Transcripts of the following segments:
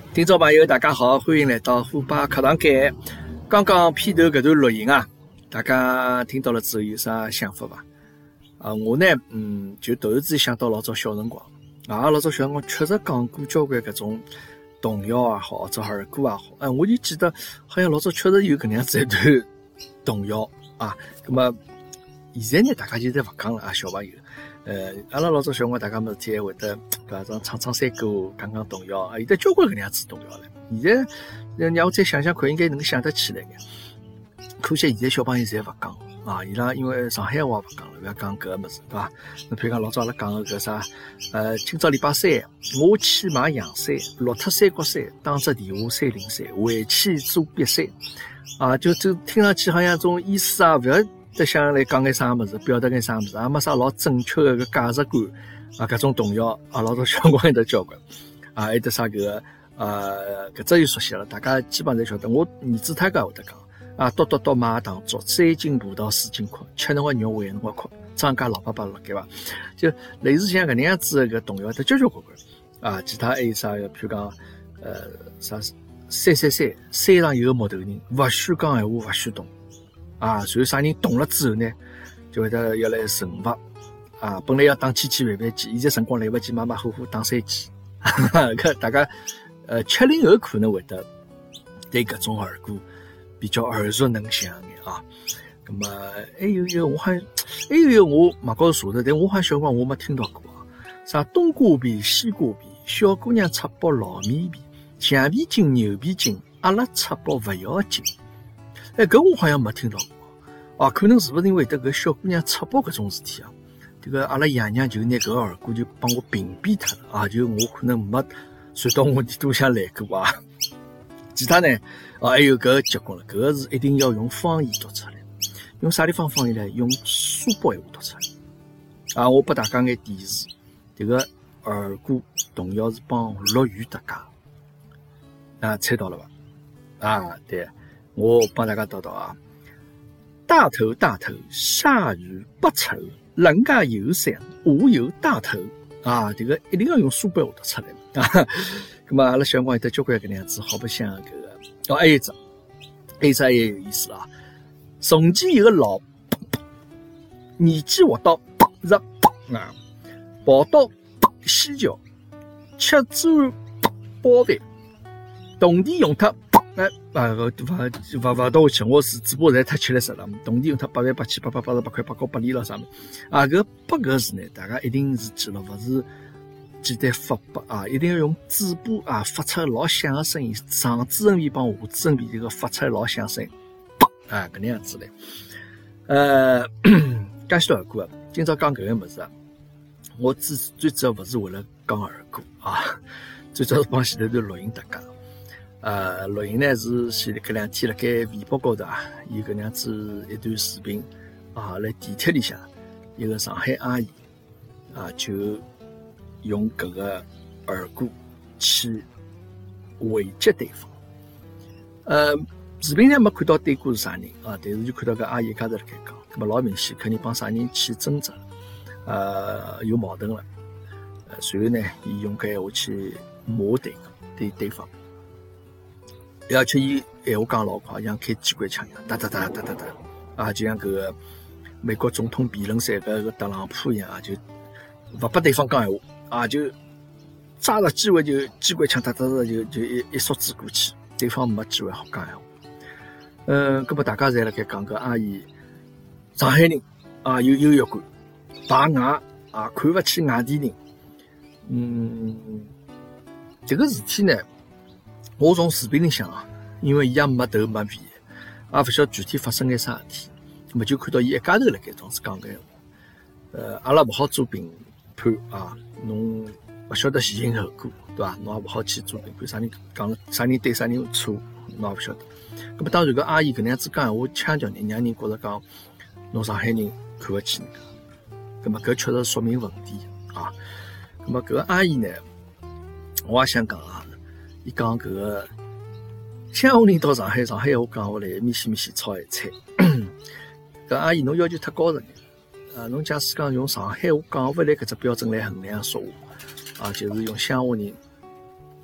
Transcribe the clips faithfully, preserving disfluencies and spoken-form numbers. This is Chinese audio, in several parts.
听众朋友，大家好，欢迎来到虎爸课堂间。刚刚片头搿段录音啊，大家听到了之后有啥想法伐？啊，我呢，嗯，就突然之间想到老早小辰光，啊，老早小辰光确实讲过交关搿种童谣也好，或者儿歌也好，哎，我就记得好像老早确实有搿能样子一段童谣啊。咁么现在呢，大家就侪勿讲了啊，小朋友。呃，阿拉老早小辰光，大家么事体还会得搿种唱唱山歌、讲讲童谣啊，有得交关搿能样子童谣唻。现在让我再想想看，应该能想得起来眼。可惜现在小朋友侪勿讲啊，伊拉因为上海话勿讲了，勿要讲搿个物事，对伐？侬譬如讲老早阿拉讲个搿啥，呃，今朝礼拜三，我去买洋山，落脱三角山，打只电话三零三，回去做瘪三。啊，就就听上去好像种意思啊，勿要得想来讲眼啥物事，表达眼啥物事，也没啥老正确个个价值观啊，搿种童谣啊，老早小辰光有得交关啊，还得啥搿个呃，搿只就熟悉了，大家基本上侪晓得。我儿子他家会得讲啊，剁剁剁买糖粥，三斤葡萄四斤壳，吃侬个肉喂侬个壳，张家老爸爸辣盖伐？就类似像搿能样子个童谣，得交交关关啊。其他还有啥个？譬如讲呃啥三三三，山上有个木头人，勿许讲闲话，勿许动。啊，然后啥人动了之后呢，就会得要来惩罚啊。本来要打千千万万记，现在辰光来不及，马马虎虎打三记。搿大家呃七零后可能会得对搿种儿歌比较耳熟能详眼啊。咁么还有一个我好像还有一个我网高头查的，但我好像小辰光我没听到过啊。啥冬瓜皮、西瓜皮，小姑娘赤膊老面皮，橡皮筋、牛皮筋，阿拉赤膊勿要紧。哎，搿我好像没听到过啊，可能是勿是因为得搿小姑娘赤膊搿种事体啊？这个阿拉爷娘就拿搿个儿歌就帮我屏蔽脱了啊，就我可能没传到我耳朵下来过啊。其他呢，啊还有搿个结棍了，搿个是一定要用方言读出来，用啥地方方言呢？用苏北话读出来啊！我拨大家眼提示，这个儿歌童谣是帮陆羽搭界啊，猜到了伐？啊，对。我帮大家读读啊，大头大头，鲨鱼不丑，人家有伞，我有大头啊！这个一定要用苏北话读出来啊。那么阿拉小辰光有得交关搿能样子，好不像搿个哦，还有一只，还有一只也有意思啊。从前有个老，年纪活到八十八啊，跑到西桥吃猪包饭，动地用脱。哎，啊，勿勿勿勿到去，我是嘴巴侪太吃力死了。动地用它八万八千八百八十八块八角八厘了啥么？啊，搿八个字呢，大家一定是记了，勿是简单发八啊，一定要用嘴巴啊发出老响个声音，上嘴唇皮帮下嘴唇皮这个发出老响声音，啊，搿能样子嘞。呃，介许多儿歌啊，今朝讲搿个物事啊，我最最主要勿是为了讲儿歌啊，最主要是帮前头段录音搭界。呃，录音呢是前搿两天辣盖微博高头啊，有搿能样子一段视频啊，辣地铁里向一个上海阿姨啊，就用搿个儿歌去回击对方。呃，视频呢没看到对歌是啥人啊，但是就看到搿阿姨一家头辣盖讲，搿么老明显肯定帮啥人起争执了，呃，有矛盾了，呃，随后呢，伊用搿闲话去骂对对对方。而且伊闲话讲老快，像开机关枪一样，哒哒哒哒哒哒，啊，就像搿个美国总统辩论赛搿个特朗普一样啊，就勿拨对方讲闲话，啊，就抓着机会就机关枪哒哒哒就就一一梭子过去，对方没机会好讲闲话。嗯，搿么大家侪辣盖讲搿阿姨，上海人啊有优越感，排外啊看勿起外地人。嗯，这个事体呢？我从视频里向啊，因为伊也没头没尾，也勿晓得具体发生眼啥事体，么就看到伊一家头辣盖当时讲搿闲话。呃，阿拉勿好做评判啊，侬勿晓得前因后果，对伐？侬也勿好去做评判，啥人讲了，啥人对，啥人错，侬也勿晓得。咁么当然搿阿姨搿能样子讲闲话，腔调呢，让人觉着讲侬上海人看勿起人家。咁么搿确实说明问题啊。咁么搿个阿姨呢，我也想讲啊。伊讲搿个乡下人到上海，上海话讲下来，咪西咪西炒一菜。搿阿姨侬要求太高了眼，啊，侬假使讲用上海话讲勿来搿只标准来衡量说话，啊，就是用乡下人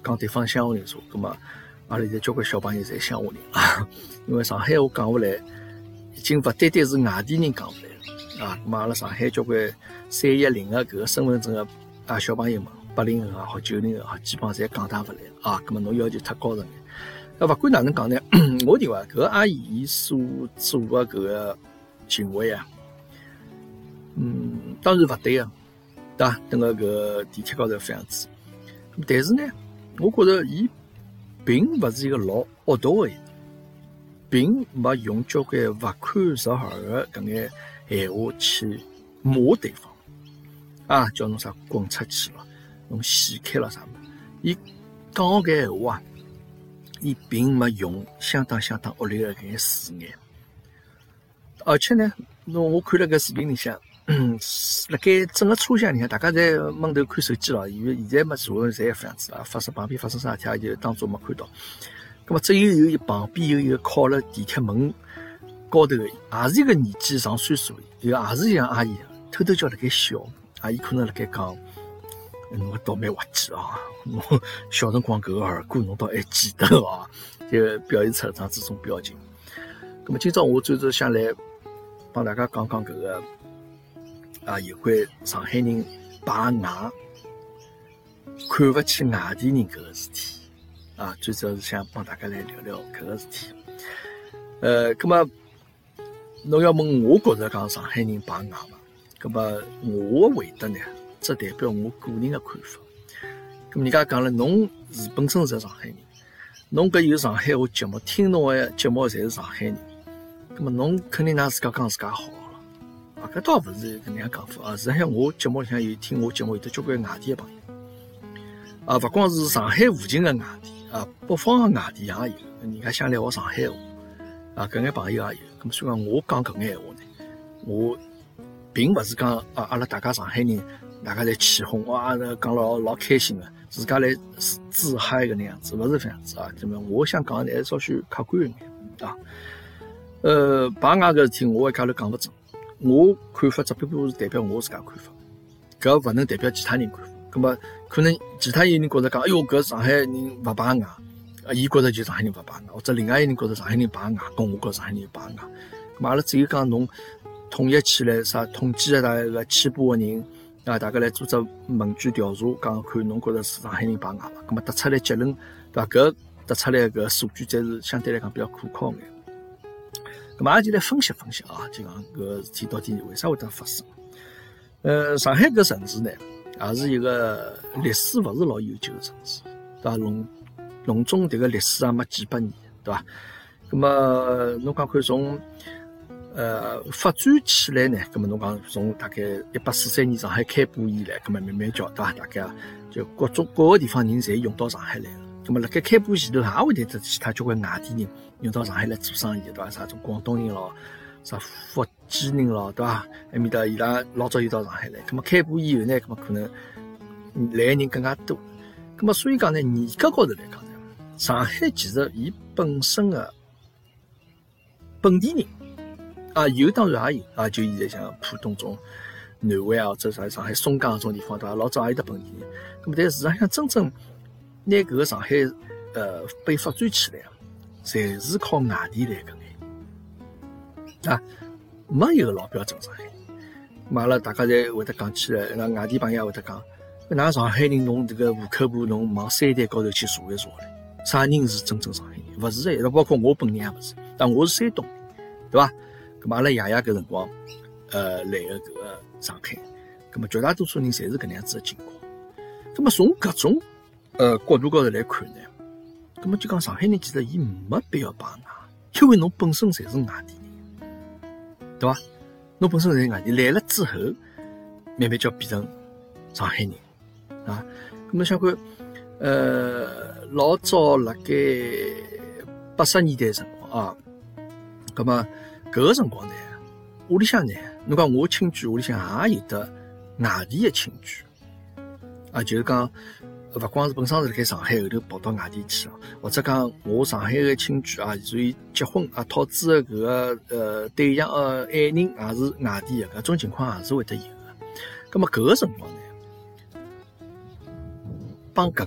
讲对方乡下人说，葛末阿拉现在交关小朋友侪乡下人啊，因为上海话讲勿来，已经勿单单是外地人讲勿来了啊。葛末阿拉上海交关三一零个搿个身份证个啊小朋友们，八零后也好，九零后也好，基本上侪讲打勿来啊。葛末侬要求太高层眼。那勿管哪能讲呢，我认为搿个阿姨伊所做个搿个行为啊，嗯，当然勿对啊，对伐？等个搿地铁高头这样子，但是呢，我觉着伊并勿是一个老恶毒个人，并没用交关勿堪入耳个搿眼闲话去骂对方啊，叫侬啥滚出去了，侬死开了啥么？伊讲搿闲话啊，伊并没用相当相当恶劣个搿眼字眼，而且呢，侬我看了搿视频里向。嗯，辣盖整个车厢里向，大家侪闷头看手机了。因为现在嘛，所有人侪搿样子啊，发生旁边发生啥事体，就当作没看到。咁么，只有有一旁边有一个靠了地铁门高头个，也是一个年纪上岁数，一个也是一样阿姨，偷偷叫辣盖笑。阿姨可能辣盖讲，侬个倒霉滑稽啊！侬小辰光搿个儿歌，侬倒还记得啊？就表现出这样子种表情。咁么，今朝我最主要想来帮大家讲讲搿个。啊，有关上海人排外、看勿起外地人搿个事体啊，最主要是想帮大家来聊聊搿个事体。呃，葛末侬要问我觉着讲上海人排外嘛，葛末我的回答呢，只代表我个人的看法。咁人家讲了，侬是本身是上海人，侬搿有上海话节目，听侬的节目侪是上海人，葛末侬肯定拿自家讲自家好。啊，搿倒勿是搿能样讲法啊！实际上，我节目里向有听我节目有得交关外地的朋友，啊，勿光是上海附近的外地啊，北方的外地也有，人家想来学上海话，啊，搿眼朋友也有。咁所以讲，我讲搿眼闲话呢，我并勿是讲啊，阿拉大家上海人，大家侪起哄哇，讲老老开心的，自家来自嗨搿能样子，勿是搿样子啊。咁么，我想讲的还是稍许客观一点啊。呃，排外搿事体，我一家头讲勿准。我看法只不过是代表我自家看法，搿勿能代表其他人看法。葛末可能其他有人觉着讲，哎哟，搿上海人勿排外，啊，伊觉着就上海人勿排外，或者另外一人觉着上海人排外，跟我觉着上海人排外。葛末阿拉只有讲侬统一起来，啥统计了大概个千把个人啊，大家来做只问卷调查，讲看侬觉着是上海人排外伐？葛末得出来结论，对伐？搿得出来搿数据才是相对来讲比较可靠眼。咁嘛，就来分析分析啊，就讲搿事体到底为啥会得发生？呃，上海搿城市呢，也是一个历史勿是老悠久的城市，对伐？隆隆中迭个历史也没几百年，对伐？咁么侬讲看从呃发展起来呢，咁么侬讲从大概一八四三年上海开埠以来，咁么慢慢叫对伐？大概就各种各个地方人侪涌到上海来了。咁么辣盖开埠前头，也会得得其他交关外地人涌到上海来做生意，对伐？啥种广东人咯，啥福建人咯，对伐？埃面搭伊拉老早就到上海来。咁么开埠以后呢，咁么可能来的人更加多。咁么所以讲呢，严格高头来讲呢，上海其实伊本身的本地人啊，有当然也有啊，就现在像浦东种、南汇啊，或者啥上海松江种地方，对伐？老早也有得本地人。咁么但事实上真正拿搿个上海呃被发展起来，侪是靠外地来搿眼啊，没有老标准上海人。咁阿拉大家侪会得讲起来，那外地朋友也会得讲，㑚上海人侬这个户口簿侬往三代高头去查一查嘞，啥人是真正上海人？勿是的，包括我本人也勿是，但我是山东人，对伐？咁阿拉爷爷搿辰光呃来个搿个上海，咁么绝大多数人侪是搿能样子的情况。咁么从搿种呃角度高头来看呢，咁么就讲上海人其实伊没必要排外，因为侬本身侪是外地人，对伐？侬本身侪是外地来了之后，慢慢就变成上海人啊。咁么想看，呃，老早辣盖八十年代辰光啊，咁么搿个辰光呢，屋里向呢，侬讲我亲眷屋里向也有得外地的亲眷啊，就是讲。勿光是本身是辣盖上海，后头跑到外地去了，或者讲我上海个亲眷啊，属于结婚啊，讨子个搿个呃对象个爱人也是外地个，搿种情况也是会得有个。咁么搿个辰光呢，帮搿眼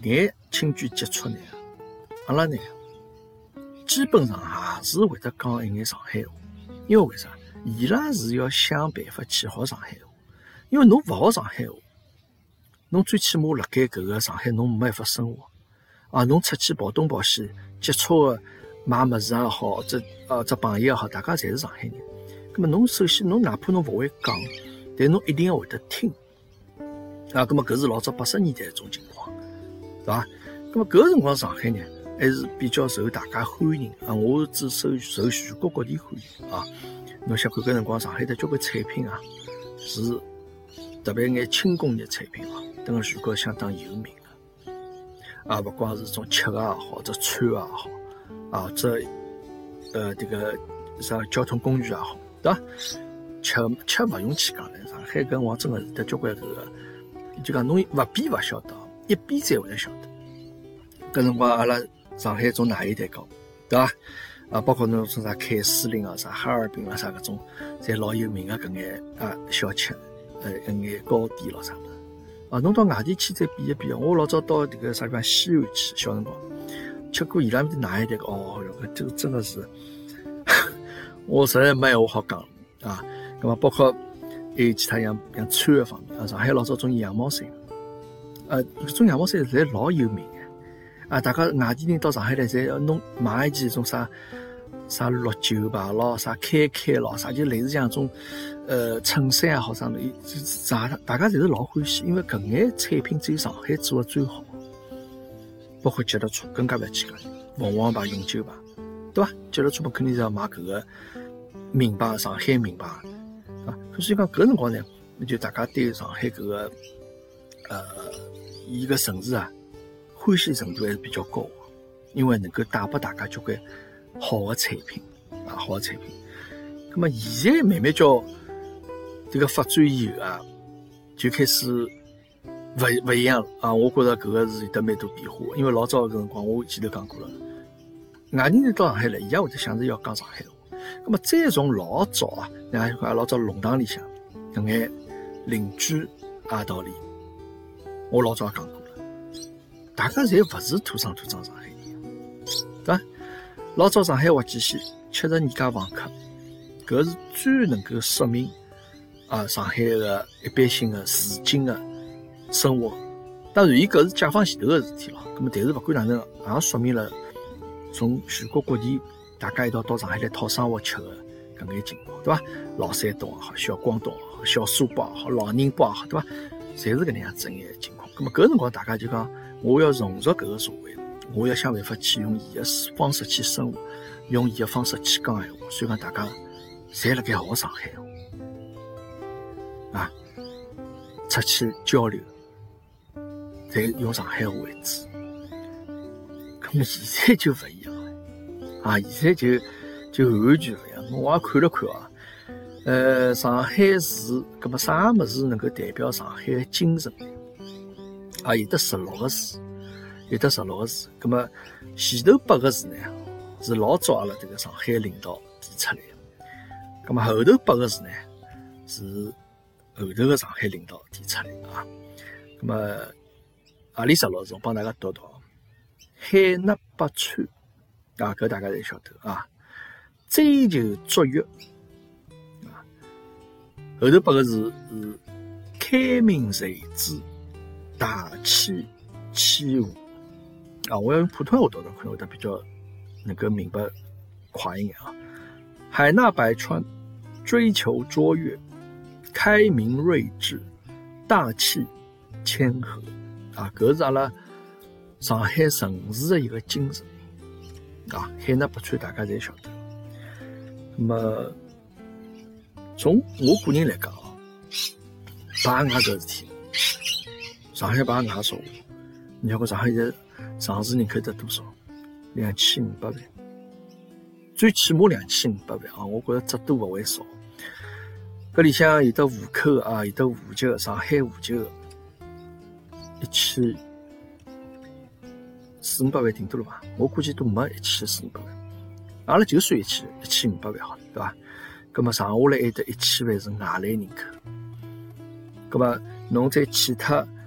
亲眷接触呢，阿拉呢基本上还是会得讲一眼上海话，因为为啥？伊拉是要想办法去学上海话，因为侬勿学上海话，侬最起码辣盖搿个上海侬没办法生活啊！侬出去跑东跑西，接触个买物事也好，这啊这朋友也好，大家侪是上海人。咁么侬首先侬哪怕侬勿会讲，但侬一定要会得听啊！咁么搿是老早八十年代一种情况，对伐？咁么搿个辰光上海呢，还是比较受大家欢迎啊！我只受受全国各地欢迎啊！侬想看搿辰光上海的交关产品啊，是特别眼轻工业产品啊，等个全国相当有名的啊！勿光是种吃个也好，这穿个也好啊，这呃这个啥交通工具也好，对伐？吃吃勿用去讲了，上海搿辰光真个是得交关搿个，就讲侬勿比勿晓得，一比才会得晓得。搿辰光阿拉上海种哪一带高，对伐？啊，包括侬种啥凯司令啊、啥哈尔滨啦、啥搿种，侪老有名个搿眼啊小吃，呃，一眼糕点咯啥物事。啊，侬到外地去再比一比，我老早到迭个啥地方西安去，小辰光吃过伊拉面的哪一带个，哦哟，搿这个真的是，我实在没闲话好讲啊。咁么包括还有其他像像穿个方面啊，上海老早种羊毛衫，呃，搿种羊毛衫侪老有名个。啊！大家外地人到上海来，侪要弄买一件种啥啥六九牌咯，啥开开咯，啥就类似像种呃衬衫也好啥物事，大大家侪是老欢喜，因为搿眼产品只有上海做的最好，包括吉乐车更加勿要去讲，凤凰牌、永久牌，对伐？吉乐车嘛肯定是要买搿个名牌，上海名牌啊。所以讲搿辰光呢，就大家对上海搿个呃一个城市啊。欢喜程度还是比较高的，因为能够带拨大家交关好的产品啊，好的产品。那么现在慢慢叫这个发展以后啊，就开始勿勿一样了啊。我觉着搿个是有得蛮多变化，因为老早搿辰光我前头讲过了，外地人到上海来，伊也会得想着要讲上海话。那么再从老早啊，那看老早弄堂里向搿眼邻居啊道理，我老早也讲过。大家侪勿是土生土长上海人，对伐？老早上海滑稽戏七十二家房客，搿是最能够说明啊上海个一般性个市井个生活。当然，伊搿是解放前头个事体咯。咁么，但是勿管哪能，也说明了从全国各地大家一道到上海来讨生活吃个搿眼情况，对伐？老山东也好，小广东也好，小苏北也好，老人包也好，对伐？侪是搿能样子眼情况。咁么搿辰光大家就讲。我要融入搿个社会，我要想办法去用伊个方式去生活，用伊个方式去讲闲话。所以讲大家侪辣盖学上海话啊，出去交流，侪用上海话为主。咁么现在就勿一样了啊！现在就就完全勿一样。我也看了看啊，呃，上海市，咁么啥物事能够代表上海个精神？啊，有得十六个字，有得十六个字。咁么前头八个字呢，是老早阿拉这个上海领导提出来的。咁么后头八个字呢，是后头个上海领导提出来的啊。咁么何里十六字，我帮大家读读。海纳百川，啊，搿大家侪晓得啊。追求卓越，啊，后头八个字是开明才智。大气气武啊！我要用普通话读的，可能会得比较能够明白快一点啊。海纳百川，追求卓越，开明睿智，大气谦和啊！搿是阿拉上海城市的一个精神啊。海纳百川，大家侪晓得。那么从我个人来讲啊，排外搿事体。上海排外少，你看看上海现在上市人口得多少？两千五百万，最起码两千五百万啊！我觉着只多勿会少。搿里向有得户口啊，有得户籍，上海户籍一千四五百万顶多了吧？我估计都没一千四五百万，阿拉就算一千一千五百万好了，对伐？葛么剩下来还得一千万是外来人口，葛么侬再去脱。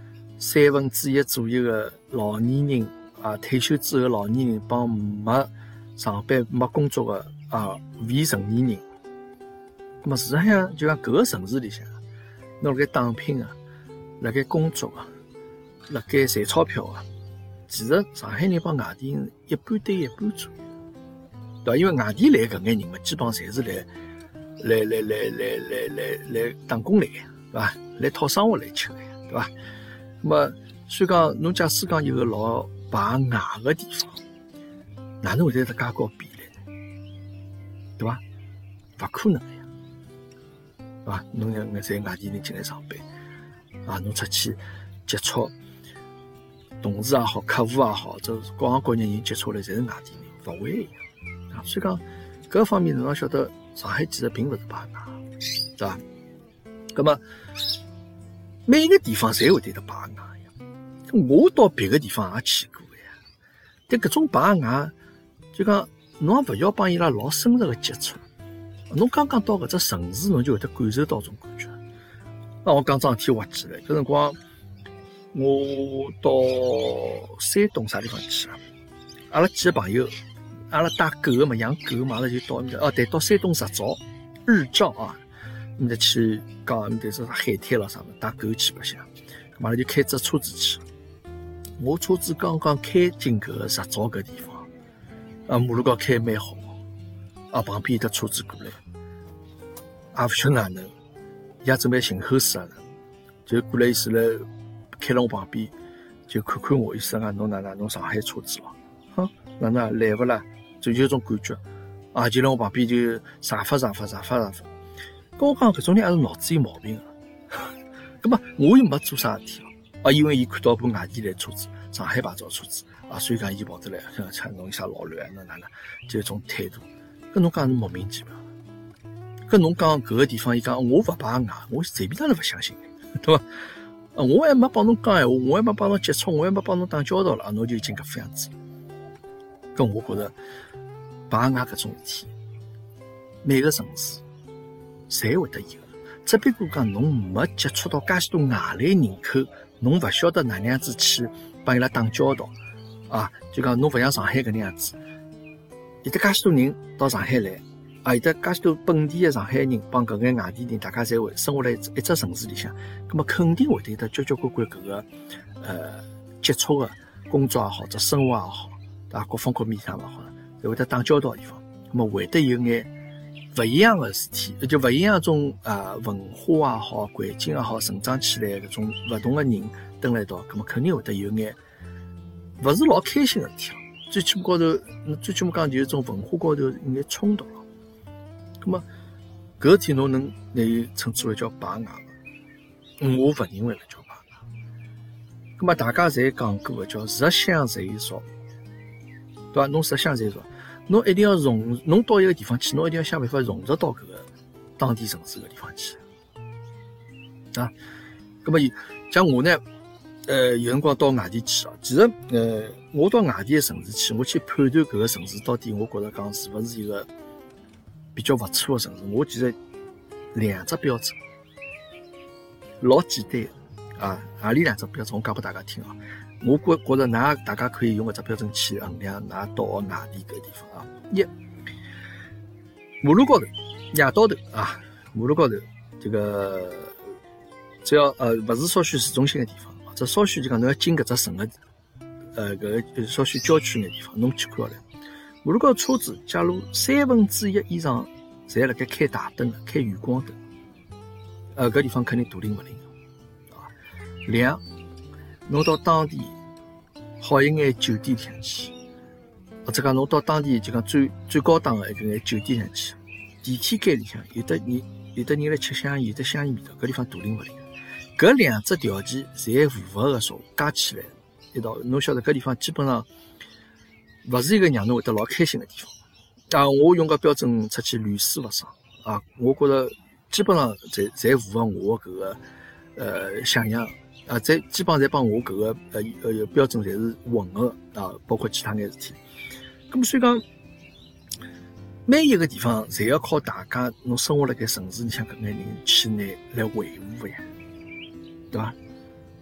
三分之一左右的老年人啊，退休之后的老年人帮没上班没工作的啊未成年人。那么事实上就讲搿个城市里向，侬辣盖打拼啊，辣盖工作啊，辣盖赚钞票啊，其实上海人帮外地人一半对一半左右，对伐？因为外地来搿眼人嘛，基本上侪是来来来来来来来来打工来个，对伐？来讨生活来吃个，对伐？那么所以讲，侬假使讲有个老排外个地方，哪能会得得介高比例呢？对伐？勿可能个呀，对伐？侬像眼侪外地人进来上班，啊，侬出去接触同事也好，客户也好，这各行各业人接触来，侪是外地人，勿会个呀。啊，所以讲搿个方面，侬要晓得，上海其实并勿是排外，对伐？葛么每个地方侪会得得排外呀。我到别个地方也去过个呀，但搿种排外，就讲侬也勿要帮伊拉老深入个接触。侬刚刚到搿只城市，侬就会得感受到种感觉。那我讲桩事体滑稽了，搿辰光我到山东啥地方去啊？阿拉几个朋友，阿拉带狗个嘛，养狗个嘛，阿拉就到埃面搭，哦对，到山东日照，日照啊，埃面搭去讲埃面搭是啥海滩咯啥物，带狗去白相。咁阿拉就开只车子去。我车子刚刚开进搿个日照搿地方，啊，马路高开蛮好，啊，旁边有得车子过来。也勿晓得哪能，伊也准备寻后事啊，就过来意思来开了我旁边，就看看我，意思讲侬哪能侬上海车子咯，哼，哪能来勿啦？就有种感觉，啊，就辣我旁边就查发查发查发查发，跟我讲搿种人也是脑子有毛病个，葛末我又没做啥事体咯，啊，因为伊看到部外地来车子，上海牌照车子，啊，所以讲伊跑得来，像侬有啥老卵，侬哪能就一种态度，搿侬讲是莫名其妙。跟侬讲搿个地方，伊讲我勿排外，我随便当然勿相信，对伐？啊，我还没帮侬讲闲话，我还没帮侬接触，我还没帮侬打交道了，侬就已经搿副样子。跟我觉着排外搿种事体，每个城市侪会得有，只不过讲侬没接触到介许多外来人口，侬勿晓得哪能样子去帮伊拉打交道啊。就讲侬勿像上海搿能样子，有得介许多人到上海来。啊，有得介许多本地的上海人帮搿眼外地人，大家侪会生活在一只城市里向，葛末肯定会得有得交交关关搿个呃接触的工作也好，或生活也好，对伐？各方各面上也好，侪会得打交道的地方，葛末会得有眼勿一样的事体，就勿一样种啊、呃、文化也好，环境也好，成长起来搿种勿同的人蹲辣一道，葛末肯定会得有眼勿是老开心的事体咯。最起码高头，最起码讲就是种文化高头有眼冲突咯。咁么，搿事体侬能拿伊称之为叫排外吗？我勿认为叫排外。咁么大家侪讲过个叫入乡随俗，对伐？侬入乡随俗，侬一定要融，侬到一个地方去，侬一定要想办法融入到搿个当地城市个地方去。啊，咁么像我呢，呃，有辰光到外地去啊，其实呃，我到外地个城市去，我去判断搿个城市到底，我觉着讲是勿是一个比较勿错的城市，我其实两只标准，老简单啊！何里两只标准？我讲拨大家听啊！我觉觉着㑚大家可以用搿只标准去衡量㑚到外地搿地方啊。一，马路高头、夜到头啊，马路高头这个只要呃勿是稍许市中心的地方，或者稍许就讲侬要进搿只城的呃搿个稍许郊区的地方，侬去看下来。马路高头车子，假如三分之一以上侪辣盖开大灯的、开远光灯，呃，搿地方肯定大灵勿灵的啊。两，侬到当地好一眼酒店里向去，或者讲侬到当地就讲最最高档的一个眼酒店里向去，电梯间里向有的人有的人来吃香烟，有的香烟味道，搿地方大灵勿灵的。搿两只条件侪符合个说，加起来一道，侬晓得搿地方基本上勿是一个让侬会得老开心的地方。啊，我用个标准出去屡试勿爽啊！我觉着基本上侪侪符合我搿个呃想象啊，侪基本上侪帮我搿个呃呃标准侪是吻合啊，包括其他眼事体。咁么所以讲，每一个地方侪要靠大家侬生活辣盖城市里向搿眼人去拿来维护呀，对伐？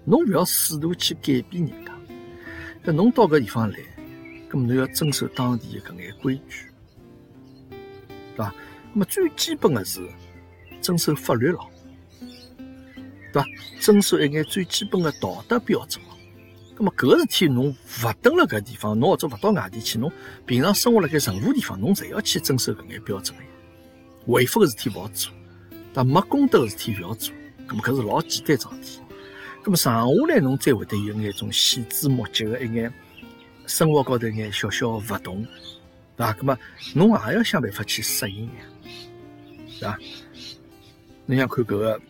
侬勿要试图去改变人家。搿侬到搿地方来，搿么侬要遵守当地的搿眼规矩，对伐？那么最基本的是遵守法律咯，对伐？遵守一眼最基本的道德标准咯。那么搿个事体侬勿蹲辣搿地方，侬或者勿到外地去，侬平常生活辣盖任何地方，侬侪要去遵守搿眼标准的。违法个事体勿好做，但没公德个事体勿要做。咁么搿是老简单桩事体。咁么剩下来侬再会得有眼种细枝末节个一眼生活高头一眼小小勿同，对伐？咁么侬也要想办法去适应呀，对伐？侬想看搿个，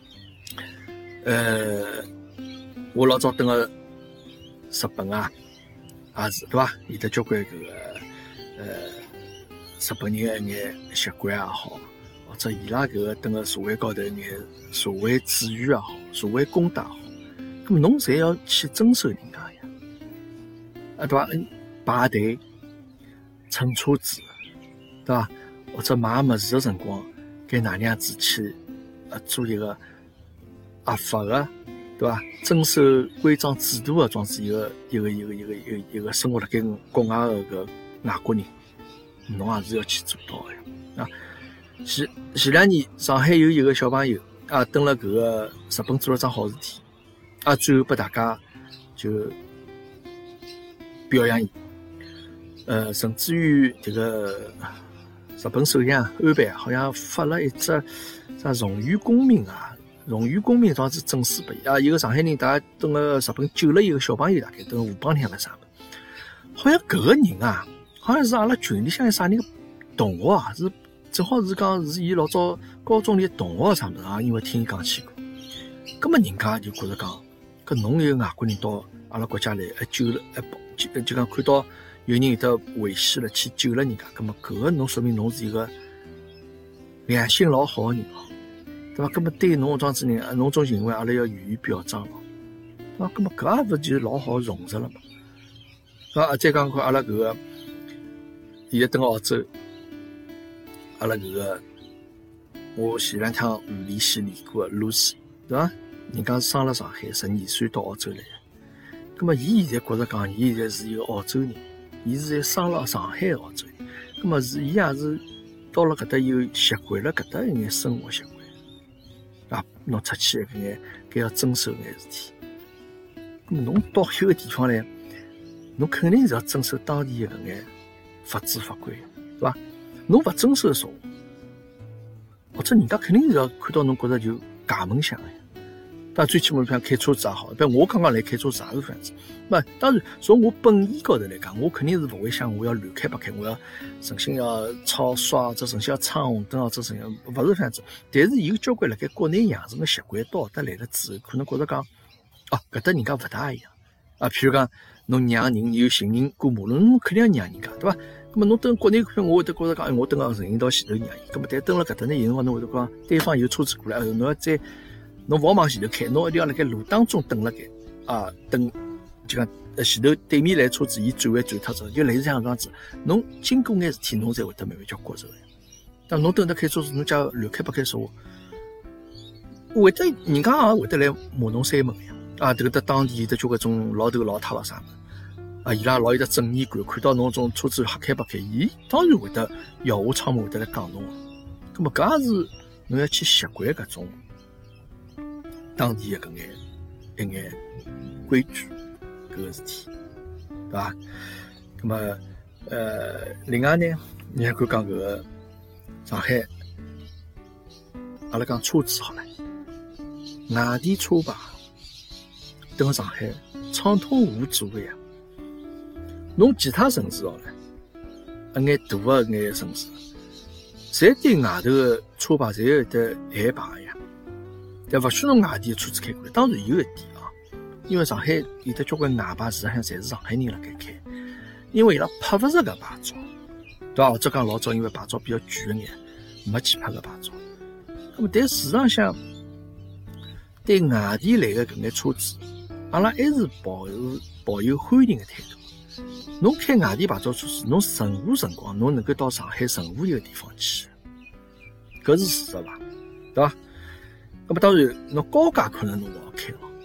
呃，我老早蹲个日本啊，也是对伐？有得交关搿个呃日本人个一眼习惯也好。或者伊拉搿个等个社会高头一眼社会秩序也好，社会公德也好，咁么侬侪要去遵守人家呀，啊对伐？排队、乘车子，对伐？或者买物事个辰光，该哪能样子去呃做一个合法个，对伐？遵守规章制度个装置一个一个一个一个一个一个生活辣盖国外个搿外国人，侬也是要去做到个啊。前前两年，上海有一个小朋友啊，登了搿个日本做了桩好事体，啊，最后拨大家就表扬伊，呃，甚至于这个日本首相安倍好像发了一只啥荣誉公民啊，荣誉公民装置证书拨伊啊，一个上海人，大家登了日本救了一个小朋友，大概登河浜里向了啥么？好像搿个人啊，好像是阿拉群里向有啥人个同学啊，是。正好是讲是伊老早高中里同学啥物事啊，因为听伊讲起过，葛么人家就觉着讲，搿侬一个外国人到阿拉国家来，还救了，还就就讲看到有人有得危险了，去救了人家，葛么搿个侬说明侬是一个良心老好个人哦，对伐？葛么对侬搿桩子人，侬种行为阿拉要予以表彰咯，对伐？葛么搿也勿就是老好融入了嘛？啊，再讲看阿拉搿个现在蹲澳洲。阿拉搿个，我前两趟语联系连过个露西，对伐？人家是生了上海，十二岁到澳洲来个。葛么，伊现在觉着讲，伊现在是一个澳洲人，伊是在生了上海个澳洲人。葛么是，伊也是到了搿搭有习惯了搿搭一眼生活习惯，啊，侬出去搿眼，搿要遵守眼事体。葛么侬到一个地方来，侬肯定是要遵守当地个搿眼法制法规，对伐？侬勿遵守说，或者人家肯定是要看到侬觉着就假门相个呀。但最起码像开车子也好，比如我刚刚来开车子也是搿样子。那当然从我本意高头来讲，我肯定是勿会想我要乱开白开，我要诚心要超刷，或者诚心要闯红灯，或者诚心勿是搿样子。但是有交关辣盖国内养成个习惯，到搿搭来了之后，可能觉着讲，哦，搿搭人家勿大一样啊。譬如讲，侬让人有行人过马路，侬肯定要让人家，对伐？咁么侬蹲国内看，我会得觉着讲，哎，我蹲个人行道前头让伊。咁么但蹲辣搿搭呢，有辰光侬会得讲，对方有车子过来，侬要再，侬勿好往前头开，侬一定要辣盖路当中蹲辣盖，啊，等就讲前头对面来车子，伊转弯转脱走，就类似像搿样子。侬经过眼事体，侬才会得慢慢叫觉着个。但侬蹲得开车子，侬假乱开不开说话，会得人家也会得来骂侬三门呀。啊，迭个搭当地有得交关种老头老太了啥么？啊，伊拉老有得正义感，看到侬种车子瞎开不开，伊当然会得摇下窗门会得来讲侬个。咁么搿也是侬要去习惯搿种当地的搿眼一眼规矩搿个事体，对伐？咁么呃，另外呢，你还可以讲搿个上海，阿拉讲车子好了，外地车牌等上海畅通无阻个呀。侬其他城市好了，一眼大个眼城市，侪对外头个车牌侪有得限牌呀，但勿许侬外地个车子开过来。当然有一点啊，因为上海有得交关外牌，事实上侪是上海人辣盖开，因为伊拉拍勿着搿牌照，对伐？或者讲老早因为牌照比较贵个眼，没去拍搿牌照。那么但事实上，对外地来个搿眼车子，阿拉还是保有抱有欢迎个态度。侬开外地牌照车子，侬任何辰光侬能够到上海任何一个地方去，搿是事实伐？对伐？那么当然，侬高架可能侬勿好开了，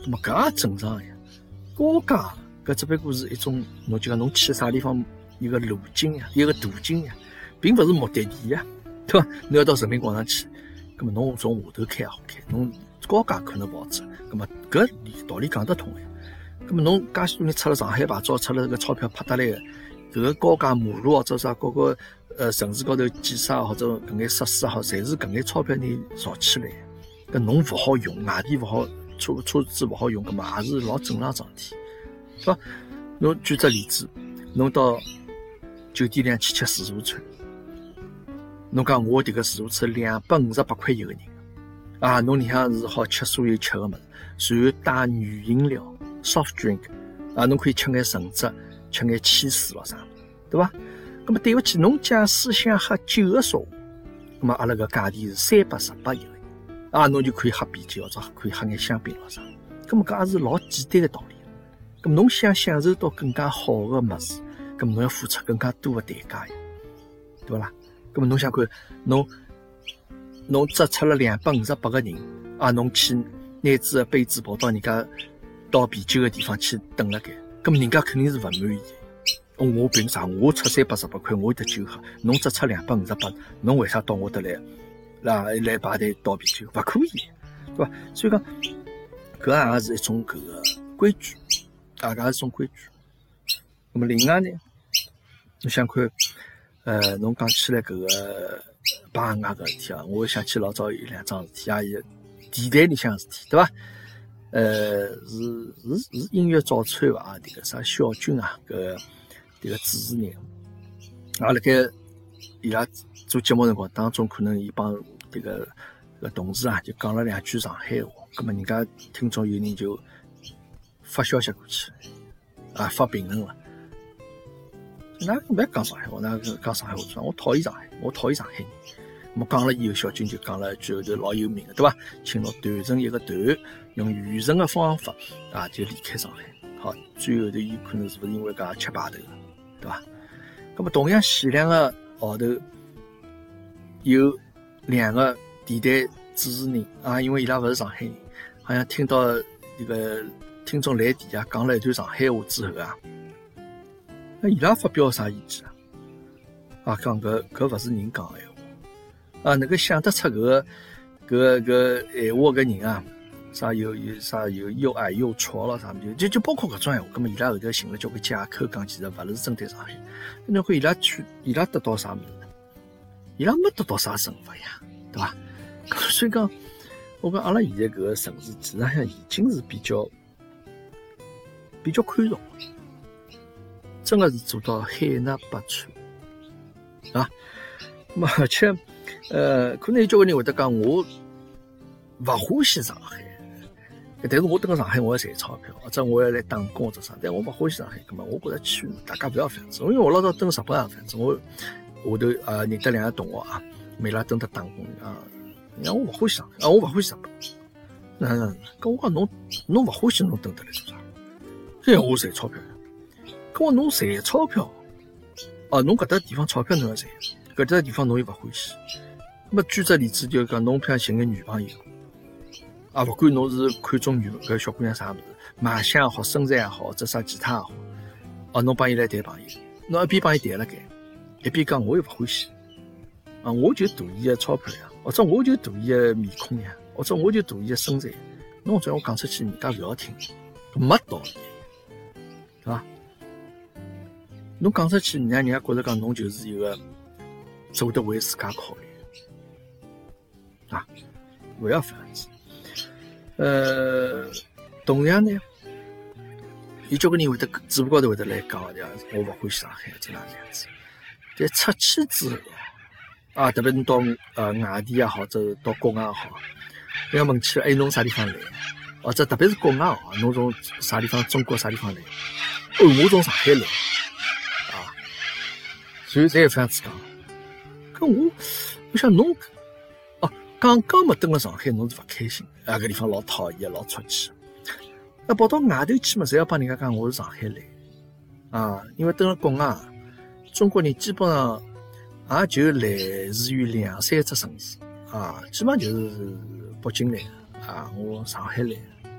咁么搿也正常呀。高架搿只不过是一种，侬就讲侬去啥地方一个路径呀，一个途径呀，并勿是目的地呀，对伐？侬要到人民广场去，咁么侬从下头开也好开，侬高架可能勿好走，咁么搿道理讲得通呀。咁么侬介许多人出了上海牌照，出了搿钞票拍得来个，搿个高架马路或者啥各个呃城市高头建设或者搿眼设施也好，侪是搿眼钞票人造起来。搿侬勿好用，外地勿好，车车子勿好用，搿么也是老正常桩事体，对伐？侬举只例子，侬到酒店里去吃自助餐，侬讲我迭个自助餐两百五十八块一个人，啊，侬里向是好吃所有吃个物事，然后带原饮料 soft drink， 啊，侬可以吃眼橙汁，吃眼起司咯啥，对伐？搿么对勿起，侬假使想喝酒个说话，搿么阿拉搿价钿是三百十八一个人。啊，侬就可以喝啤酒或者可以喝眼香槟咯啥，咁么搿也是老简单个道理。咁侬想享受到更加好个物事，咁侬要付出更加多个代价呀，对勿啦？咁么侬想看，侬侬只出了两百五十八个人，啊，侬去拿支个杯子跑到人家倒啤酒个地方去等辣盖，咁么人家肯定是勿满意。哦，我凭啥？我出三百十八块，我有得酒喝，侬只出两百五十八，侬为啥到我得来？来来排队倒啤酒，勿可以，对伐？所以讲，搿也是一种搿个规矩，大家是一种规矩。那么另外呢，侬想看，呃，侬讲起来搿个排外搿事体啊，我想起老早有两桩事体啊，有电台里向个事体，对伐？呃，是是是音乐早餐伐？迭个啥小军啊，搿个迭个主持人，啊，辣盖伊拉做节目辰光当中，可能伊帮这个个同事啊，就讲了两句上海话，咁么人家听众有人就发消息过去，啊，发评论了。那勿要讲上海话，那讲上海话算，我讨厌上海，我讨厌上海人。咁么讲了以后，小军就讲了一句后头老有名的，对伐？请侬团成一个团，用原神的方法啊，就离开上海。好，最后头伊可能是勿是因为搿吃排头，对伐？咁么同样前两个号头有两个电台主持人啊，因为伊拉勿是上海人，好像听到这个听众来电啊，讲了一段上海话之后啊，那伊拉发表啥意见啊？啊，讲搿搿勿是人讲的闲话啊，能够想得出搿个搿搿闲话个人啊，啥有有啥有又矮又矬了啥就就就包括搿种闲话，葛末伊拉后头寻了交关借口讲，其实勿是针对上海。侬看伊拉去，伊拉得到啥物事呢？伊拉没得到啥惩罚呀，对伐？所以讲，我讲阿拉现在搿个城市，其实上已经是比较比较宽容，真的是做到海纳百川啊。那么而且，呃，可能有交关人会得讲我勿欢喜上海，但是我蹲辣上海我要赚钞票，或者我要来打工或者啥，但我勿欢喜上海，葛末我觉着去大家勿要这样子，因为我老早蹲日本也这样子，我。下头啊，认得两个同学啊，伊拉蹲得打工啊，让我勿欢喜上海啊，我勿欢喜日本。嗯，跟我讲侬侬勿欢喜侬蹲得来做啥？这我赚钞票。跟我侬赚钞票，啊，侬搿搭地方钞票侬要赚，搿搭地方侬又勿欢喜。那么举只例子，就讲侬譬如寻个女朋友，啊，勿管侬是看中女搿小姑娘啥物事，卖相也好，身材也好，或者啥其他也好，啊，侬帮伊来谈朋友，侬一边帮伊谈辣盖。一边讲我又勿欢喜，啊，我就图伊个钞票呀，或者我就图伊个面孔呀，或者我就图伊个身材，侬叫我讲出去，人家勿要听，没道理，对伐？侬讲出去，人家人家觉着讲侬就是一个走得为自家考虑，啊，勿要这样子。呃，同样呢，有交关人会得嘴巴高头会得来讲，我勿欢喜上海，怎样这样子。但出去之后啊，特别侬到呃外地也好，或者到国外也好，人家问起哎侬啥地方来，或者特别是国外哦，侬从啥地方中国啥地方来？哦，我从上海来啊，所以才有这样子讲。搿我我想侬哦，刚刚没登了上海，侬是勿开心啊？搿地方老讨厌，老出气。那跑到外头去嘛，侪要帮人家讲我是上海来啊，因为登了国外。中国人基本上也就来自于两三只城市啊，基本上就是北京来啊，我上海来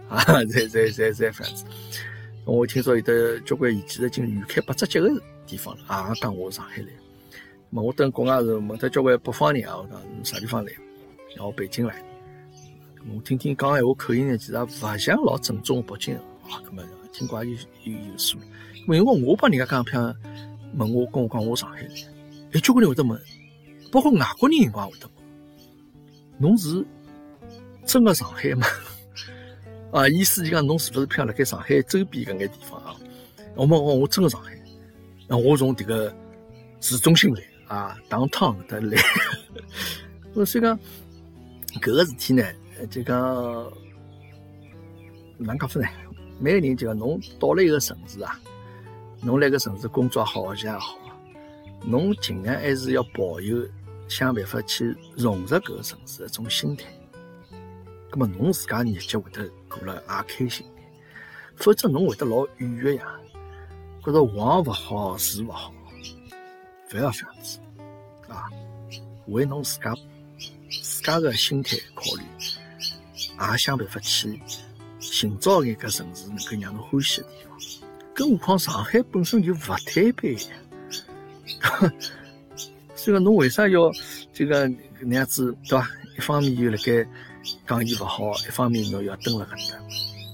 啊，侪侪侪侪搿样子。我听说有的交关现在已经远开八只脚个地方了，也讲我上海来。么我等国外时候问得交关北方人啊，我讲侬啥地方来？然后北京来。我听听讲闲话口音呢，其实也勿像老正宗北京啊，搿么听怪有有有数。因为我帮人家讲，譬如问我跟我讲我上海来，哎，交关人会得问，包括外国人也会得问，侬是真个上海吗？啊，意思就讲侬是不是譬如辣盖上海周边搿眼地方啊？我问我我真个上海，那我从迭个市中心来啊，downtown搿搭来。所以讲搿个事体呢，就讲哪讲法呢？每个人就讲侬到了一个城市啊，侬辣搿城市工作也好，学习也好，侬尽量还是要保有想办法去融入搿个城市的一种心态。咁么侬自家日脚会得过了也开心，否则侬会得老郁个呀，觉着王勿好，事勿好，勿要这样子啊！为侬自家自家个心态考虑，也想办法去寻找一个城市能够让侬欢喜的地方。更何况上海本身就勿摊板呀，所以讲侬为啥要这个那样子对伐？一方面又辣盖讲伊勿好，一方面侬要蹲辣搿搭。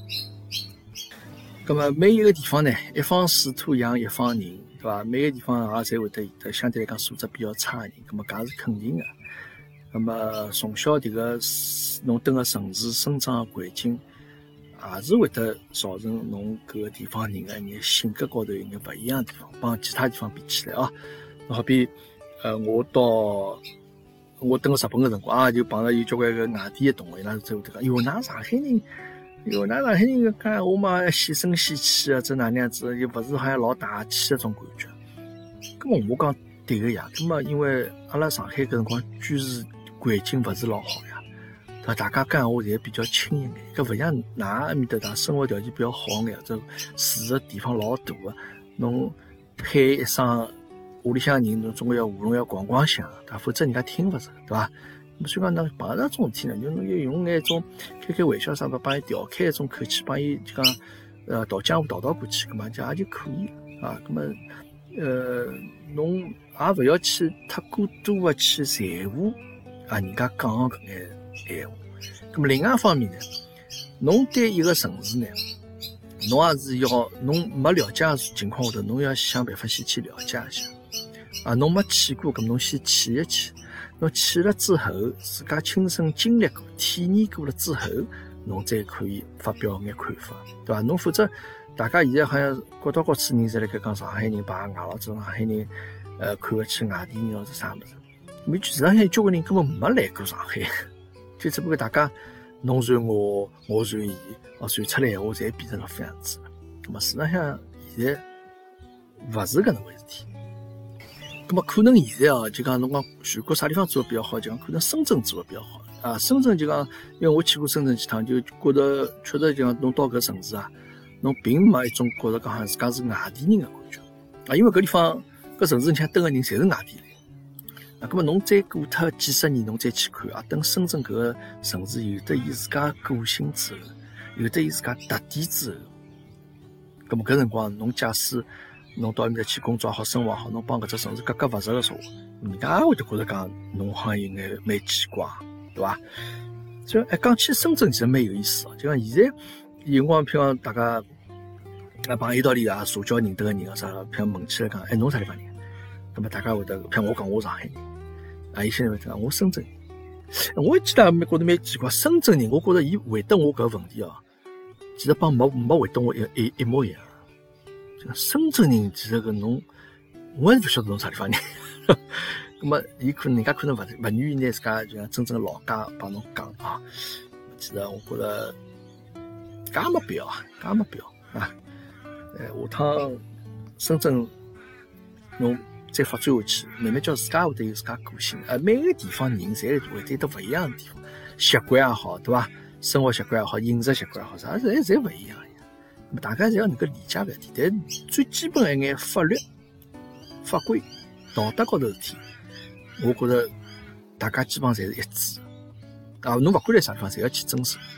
咁么每一个地方呢，一方水土养一方人，对伐？每个地方也侪会得有得相对来讲素质比较差的人，咁么搿是肯定的。咁么从小迭个侬蹲个城市生长的环境，也是会得造成侬搿个地方人个一眼性格高头有眼勿一样的地方，帮其他地方比起来啊。好比呃，我到我蹲个日本个辰光啊，就碰到有交关个外地个同学，伊拉就会得讲，哟，㑚上海人，哟，㑚上海人讲闲话嘛，细声细气个，这哪能样子，又勿是好像老大气个种感觉。咁么我讲对个呀，咁么因为阿拉上海搿辰光居住环境勿是老好呀，对伐？大家讲闲话侪比较轻一眼，搿勿像㑚埃面搭搭生活条件比较好眼，这住个地方老大个，侬配一双。屋里向人侬总归要喉咙要咣咣响，对伐？否则人家听勿着，对伐？所以讲呢，碰到种事体呢，就侬要用眼种开开玩笑啥，帮伊调开一种口气，帮伊就讲呃倒江湖倒倒过去，搿么就也就可以了啊。搿么呃侬也勿要去太过多的去在乎啊人家讲个搿眼闲话。搿么另外一方面呢，侬对一个城市呢，侬也是要侬没了解的情况下头，侬要想办法先去了解一下。啊，侬没去过，咁侬先去一去。侬去了之后，自家亲身经历过、体验过了之后，侬再可以发表眼看法，对伐？侬否则，大家现在好像各到各处人侪辣盖讲上海人排外咯，这上海人呃看勿起外地人咯，是啥物事？没事实上有交关人根本没来过上海，就只不过大家侬传我，我传伊，哦传出来闲话侪变成了搿样子。咁么事实上现在勿是搿能回事体。咁么可能现在啊，就讲侬讲全国啥地方做得比较好，就讲可能深圳做得比较好啊。深圳就讲，因为我去过深圳几趟，就觉得确实就讲侬到搿城市啊，侬并没一种觉得讲自家是外地人的感觉啊。因为搿地方搿城市里向蹲个人侪是外地来啊。咁么侬再过脱几十年，侬再去看啊，等深圳搿个城市有得伊自家个性之后，有得伊自家特点之后，咁么搿辰光侬假使侬到埃面搭去工作也好，生活也好，侬帮搿只城市格格勿入个说话，人家也会得觉着讲侬好像有眼蛮奇怪，对伐？所以，哎，讲起深圳其实蛮有意思哦。就讲现在有辰光，譬如大家啊碰一道里啊，社交认得个人啊啥，譬如问起来讲，哎，侬啥地方人？那么大家会得，譬如我讲我上海人，啊，有些人会讲我深圳人。我记得蛮觉得蛮奇怪，深圳人，我觉着伊回答我搿个问题哦，其实帮没没回答我一一一模一样。深圳人其实搿侬，我还是勿晓得侬啥地方人。咁么，伊可能人家可能勿勿愿意拿自家就像真正老家帮侬讲啊。其实我觉着搿也没必要啊，搿也没必要啊。呃，下趟深圳侬再发展下去，慢慢叫自家会得有自家个性。呃，每个地方人侪会得有得勿一样的地方，习惯也好，对伐？生活习惯也好，饮食习惯也好，啥侪侪勿一样。大家侪要能够理解搿点，但最基本的一眼法律、法规、道德高头事体，我觉着大家基本上侪是一致的啊。侬勿管在啥地方，侪要去遵守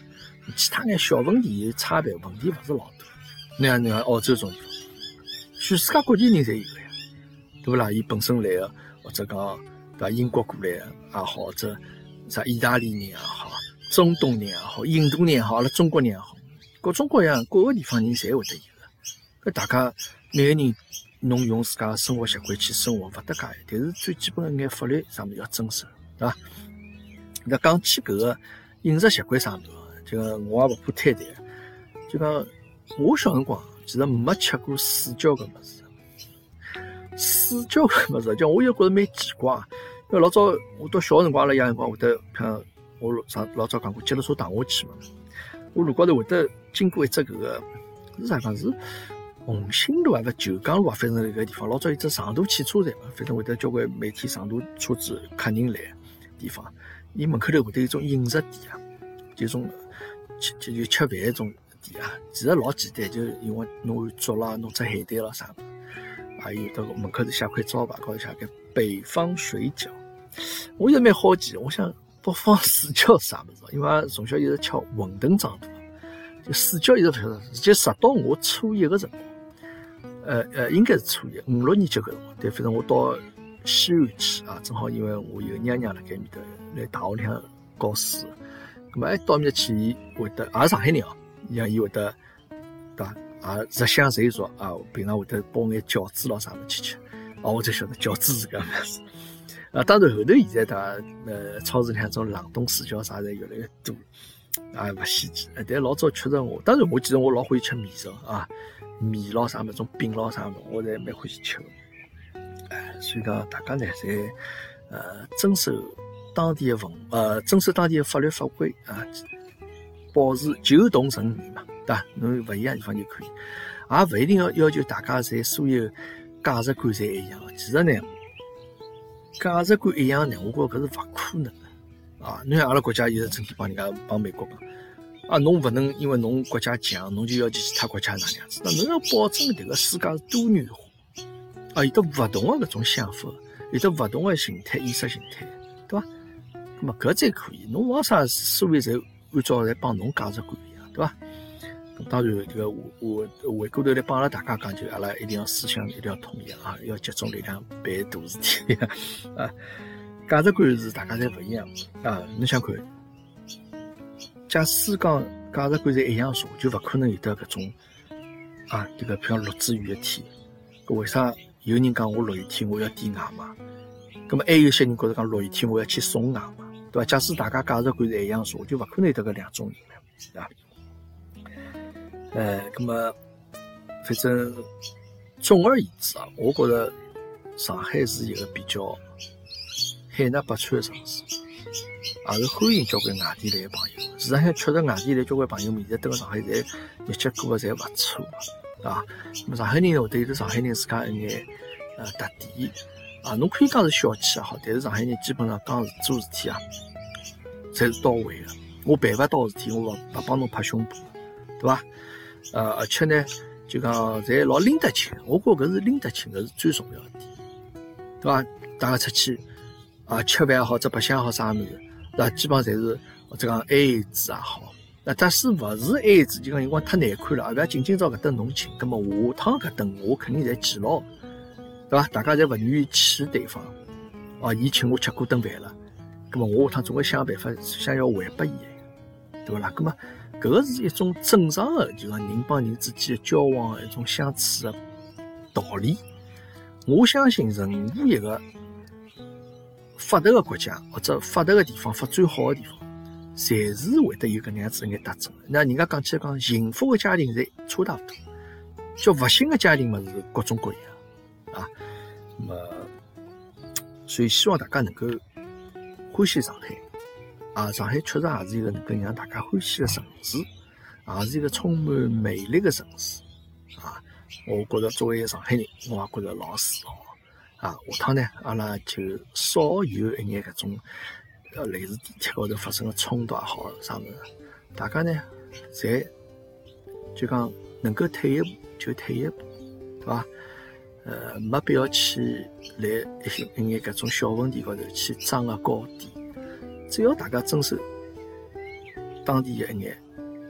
其他眼小问题有差别，问题勿是老多。你看，你看澳洲种地方，全世界各地人侪有个呀，对不啦？伊本身来个，或者讲对伐？英国过来个也好，或者啥意大利人也好，中东人也好，印度人也好，阿拉中国人也好，各种各样各个地方人侪会得有个。搿大家每个人侬用自家生活习惯去生活勿搭界，但是最基本个眼法律上面要遵守，对伐？那讲起搿个饮食习惯上面，就讲我也勿怕摊谈，就讲我小辰光其实没吃过水饺搿物事。水饺搿物事，就我又觉着蛮奇怪，因为老早我到小辰光阿拉爷辰光会得，像我上老早讲过，脚踏车打下去嘛，我路高头会得经过一只搿个是啥讲是红星路啊，勿九江路啊，反正搿个地方老早有只长途汽车站嘛，反正会得交关每天长途车子客人来地方。伊门口头会得有种饮食店啊，就种吃就就吃饭种店啊，其实老简单，就因为弄碗粥啦，弄只海带啦啥的，还有到门口头写块招牌，高头写个北方水饺。我也蛮好奇，我想北方水饺啥物事？因为从小一直吃馄饨长大，就水饺一直勿晓得，就直到我初一个辰光，呃呃，应该是初一五六年级个辰光，对，反正我到西安去啊，正好因为我有娘娘辣盖面头。来大学里向教书，咁么一到面去，伊会得也是上海人哦，伊讲伊会得，对伐？也日享随俗啊，平常会得包眼饺子咯啥物事去吃，哦，我才晓得饺子是搿物事。啊，当然后头现在对伐？呃，超市里向种冷冻水饺啥侪越来越多，啊，勿稀奇。但老早确实我，当然我记得我老欢喜吃面食啊，面咯啥物事，种饼咯啥物事，我侪蛮欢喜吃个。哎，所以讲大家呢，侪呃遵守。当地的文呃，遵守当地的法律法规啊，保持求同存异嘛，对伐？侬勿一样地方就可以，也勿一定要要求大家侪所有价值观侪一样。其实呢，价值观一样呢，我觉着搿是勿可能的啊！侬像阿拉国家现在整天帮人家帮美国讲啊，侬勿能因为侬国家强，侬就要求其他国家哪能样子？那侬要保证迭个世界是多元化啊，有得勿同的搿种想法，有得勿同的形态、意识形态，对伐？咁么搿才可以，侬往啥所有侪按照侪帮侬价值观一样，对伐？咁当然，这个我我回过头来帮阿拉大家讲，就阿拉一定要思想一定要统一啊，要集中力量办大事体啊。价值观是大家侪勿一样啊，侬想看，假使讲价值观侪一样社会，就勿可能有得搿种啊，这个譬如落子雨一天，搿为啥有人讲我落雨天我要点外卖？咁么还有些人觉得讲落雨天我要去送外卖，对伐？假使大家价值观是一样社会，就勿可能有得搿两种人了，对伐？呃，咁么反正总而言之啊，我觉得上海是一个比较海纳百川的城市，也是欢迎交关外地来的朋友。事实上，确实外地来交关朋友们现在蹲辣上海，侪日脚过得侪勿错嘛，对伐？咁么上海人呢，会得有得上海人自家一眼呃特点。啊，侬可以讲是小气也好，但是上海人基本上讲是做事体啊，侪是到位的。我办勿到事体，我勿勿帮侬拍胸脯，对伐？呃，而且呢，就讲侪老拎得清，我觉搿是拎得清，搿是最重要的点，对伐？大家出去啊，吃饭也好，只白相也好，啥物事，对伐？基本上侪是或者讲 A A 制也好。那假使勿是 A A 制，就讲辰光太难看了，勿要仅今朝搿顿侬请，葛末下趟搿顿我肯定侪记牢。对伐？大家侪勿愿意气对方，哦，伊请我吃过顿饭了，咁么我下趟总归想办法想要还拨伊，对勿啦？咁么搿个是一种正常的，就讲人帮人之间的交往的一种相处的道理。我相信任何一个发达的国家或者发达的地方，发展好的地方，侪是会得有搿能样子一眼特征。那人家讲起来讲，幸福的家庭侪差大多，叫勿幸的家庭嘛是各种各样。啊，那么，所以希望大家能够欢喜上海啊！上海确实也是一个能够让大家欢喜的城市，也是一个充满魅力的城市啊！我觉得作为一个上海人，我也觉得老自豪啊！下趟呢，阿拉就少有一眼搿种呃类似地铁高头发生的冲突也好，啥物事，大家呢，侪就讲能够退一步就退一步，对伐？呃，没必要去来一些一眼搿种小问题高头去争个高低，只要大家遵守当地的一眼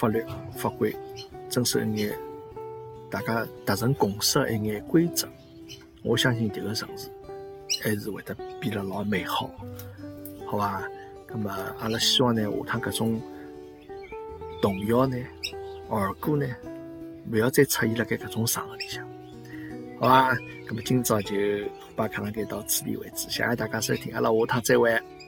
法律法规，遵守一眼大家达成共识的一眼规则，我相信这个城市还是会得变得老美好，好吧？那么阿拉希望呢，下趟搿种童谣呢、儿歌呢，不要再出现辣盖搿种场合里向，好吧？那么今朝就把卡朗盖到此地为止，谢谢大家收听，阿拉下趟再会。